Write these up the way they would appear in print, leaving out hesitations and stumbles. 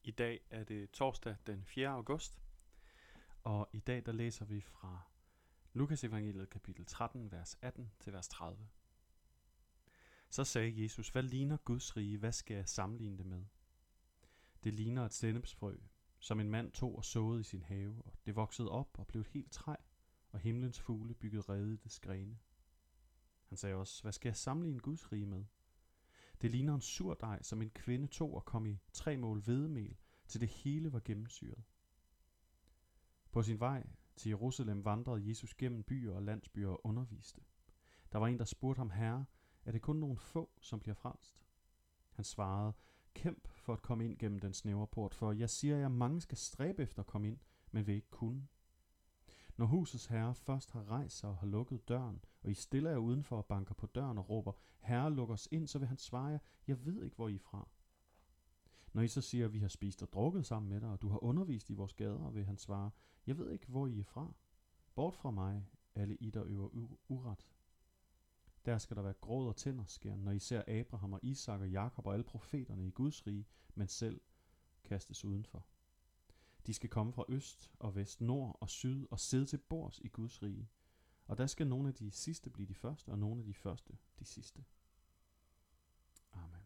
I dag er det torsdag den 4. august, og i dag der læser vi fra Lukas evangeliet kapitel 13, vers 18 til vers 30. Så sagde Jesus, hvad ligner Guds rige, hvad skal jeg sammenligne det med? Det ligner et sennepsfrø, som en mand tog og såede i sin have, og det voksede op og blev et helt træ, og himlens fugle byggede rede dets grene. Han sagde også, hvad skal jeg sammenligne Guds rige med? Det ligner en surdej, som en kvinde tog og kom i 3 mål hvedemel, til det hele var gennemsyret. På sin vej til Jerusalem vandrede Jesus gennem byer og landsbyer og underviste. Der var en, der spurgte ham, Herre, er det kun nogle få, som bliver frelst? Han svarede, kæmp for at komme ind gennem den snævre port, for jeg siger jer, mange skal stræbe efter at komme ind, men vil ikke kunne. Når husets herre først har rejst sig og har lukket døren, og I stiller jer udenfor og banker på døren og råber, Herre, luk os ind, så vil han svare jer, jeg ved ikke, hvor I er fra. Når I så siger, vi har spist og drukket sammen med dig, og du har undervist i vores gader, vil han svare, jeg ved ikke, hvor I er fra. Bort fra mig, alle I, der øver uret. Der skal der være gråd og tænderskæren, når I ser Abraham og Isak og Jakob og alle profeterne i Guds rige, men selv kastes udenfor. De skal komme fra øst og vest, nord og syd og sidde til bords i Guds rige. Og der skal nogle af de sidste blive de første, og nogle af de første de sidste. Amen.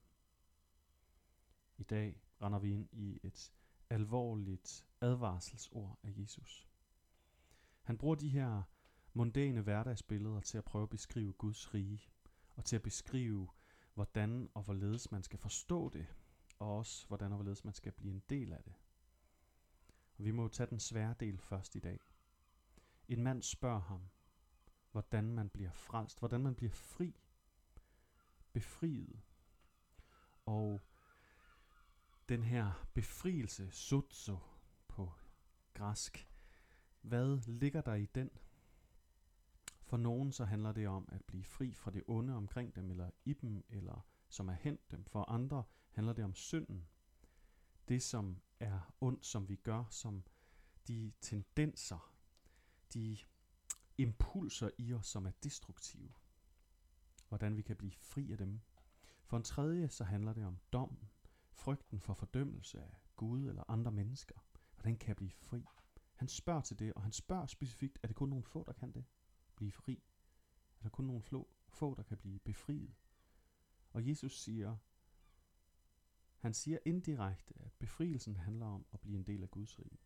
I dag render vi ind i et alvorligt advarselsord af Jesus. Han bruger de her mundane hverdagsbilleder til at prøve at beskrive Guds rige, og til at beskrive, hvordan og hvorledes man skal forstå det, og også hvordan og hvorledes man skal blive en del af det. Og vi må jo tage den svære del først i dag. En mand spørger ham, hvordan man bliver frelst, hvordan man bliver fri, befriet. Og den her befrielse, sozo på græsk, hvad ligger der i den? For nogen så handler det om at blive fri fra det onde omkring dem, eller i dem, eller som er hændt dem. For andre handler det om synden. Det som er ondt, som vi gør, som de tendenser, de impulser i os, som er destruktive. Hvordan vi kan blive fri af dem. For en tredje så handler det om dommen, frygten for fordømmelse af Gud eller andre mennesker. Hvordan kan jeg blive fri? Han spørger til det, og han spørger specifikt, er det kun nogle få, der kan det? Blive fri? Er der kun nogle få, der kan blive befriet? Og Jesus siger, han siger indirekte, at befrielsen handler om at blive en del af Guds rige.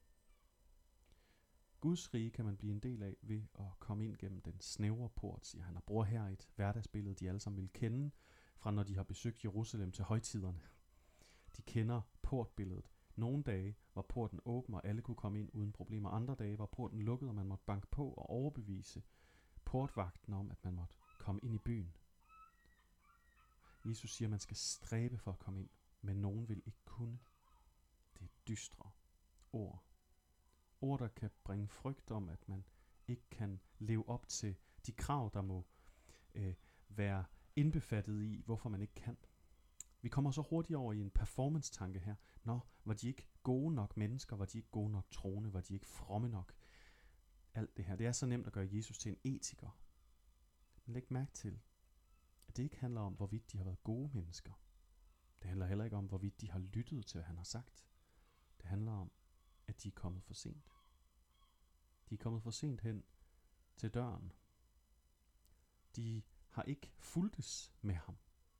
Guds rige kan man blive en del af ved at komme ind gennem den snævre port, siger han, og bruger her et hverdagsbillede, de alle sammen vil kende, fra når de har besøgt Jerusalem til højtiderne. De kender portbilledet. Nogle dage var porten åben, og alle kunne komme ind uden problemer. Andre dage var porten lukket, og man måtte banke på og overbevise portvagten om, at man måtte komme ind i byen. Jesus siger, at man skal stræbe for at komme ind, men nogen vil ikke kunne. Det er dystre ord. Ord, der kan bringe frygt om, at man ikke kan leve op til de krav, der må være indbefattet i, hvorfor man ikke kan. Vi kommer så hurtigt over i en performance-tanke her. Var de ikke gode nok mennesker? Var de ikke gode nok troende? Var de ikke fromme nok? Alt det her. Det er så nemt at gøre Jesus til en etiker. Men læg mærke til, at det ikke handler om, hvorvidt de har været gode mennesker. Det handler heller ikke om, hvorvidt de har lyttet til, hvad han har sagt. Det handler om, at de er kommet for sent. De er kommet for sent hen til døren. De har ikke fulgtes med ham.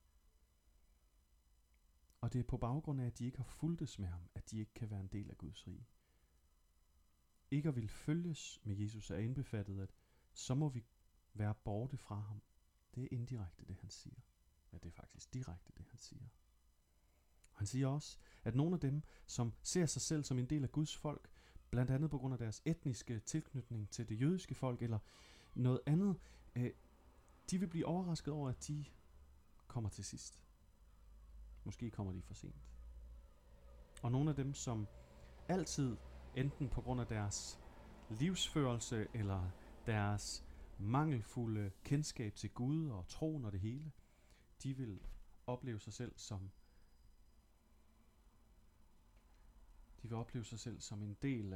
Og det er på baggrund af, at de ikke har fulgtes med ham, at de ikke kan være en del af Guds rige. Ikke at ville følges med Jesus er indbefattet, at så må vi være borte fra ham. Det er indirekte det, han siger. Ja, det er faktisk direkte det, han siger. Og han siger også, at nogle af dem, som ser sig selv som en del af Guds folk, blandt andet på grund af deres etniske tilknytning til det jødiske folk, eller noget andet, de vil blive overrasket over, at de kommer til sidst. Måske kommer de for sent. Og nogle af dem, som altid, enten på grund af deres livsførelse, eller deres mangelfulde kendskab til Gud og troen og det hele, de vil opleve sig selv som en del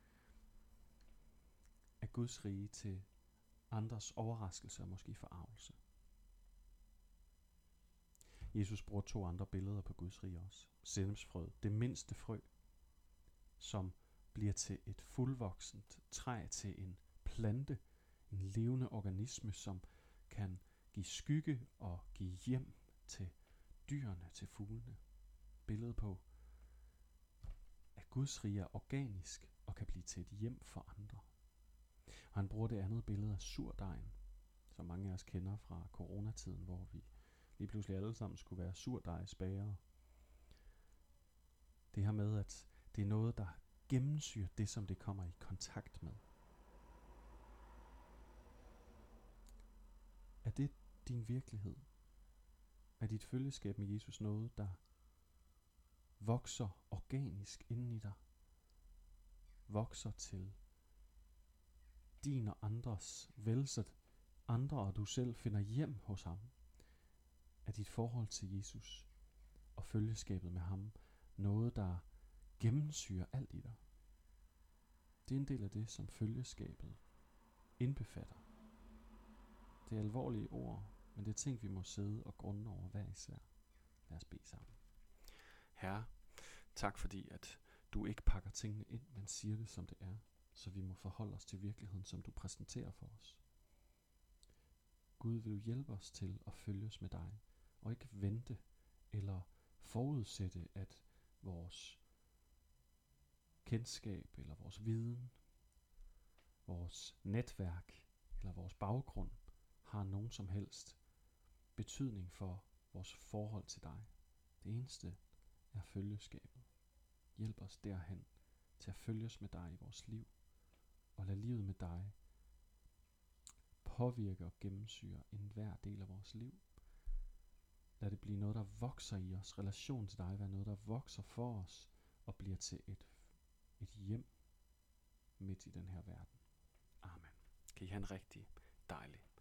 af Guds rige til andres overraskelse og måske forarvelse. Jesus bruger 2 andre billeder på Guds rige også. Sennepsfrøet, det mindste frø, som bliver til et fuldvoksent træ, til en plante, en levende organisme, som kan give skygge og give hjem til dyrene, til fuglene. Billedet på, at Guds rige er organisk og kan blive til et hjem for andre. Og han bruger det andet billede af surdejen, som mange af os kender fra coronatiden, hvor vi lige pludselig alle sammen skulle være surdejsbagere. Det her med, at det er noget, der gennemsyrer det, som det kommer i kontakt med. Er det din virkelighed? Er dit følgeskab med Jesus noget, der vokser organisk inden i dig? Vokser til din og andres vel, så andre og du selv finder hjem hos ham? Er dit forhold til Jesus og følgeskabet med ham noget, der gennemsyrer alt i dig? Det er en del af det, som følgeskabet indbefatter. Det er alvorlige ord, men det er ting, vi må sidde og grunde over hver især. Lad os bede sammen. Herre, tak fordi, at du ikke pakker tingene ind, men siger det, som det er, så vi må forholde os til virkeligheden, som du præsenterer for os. Gud, vil du hjælpe os til at følges med dig, og ikke vente eller forudsætte, at vores kendskab eller vores viden, vores netværk eller vores baggrund har nogen som helst betydning for vores forhold til dig. Det eneste er følgeskabet. Hjælp os derhen til at følges med dig i vores liv, og lad livet med dig påvirke og gennemsyre enhver del af vores liv. Lad det blive noget, der vokser i os. Relation til dig være noget, der vokser for os og bliver til et hjem midt i den her verden. Amen. Kan I have en rigtig dejlig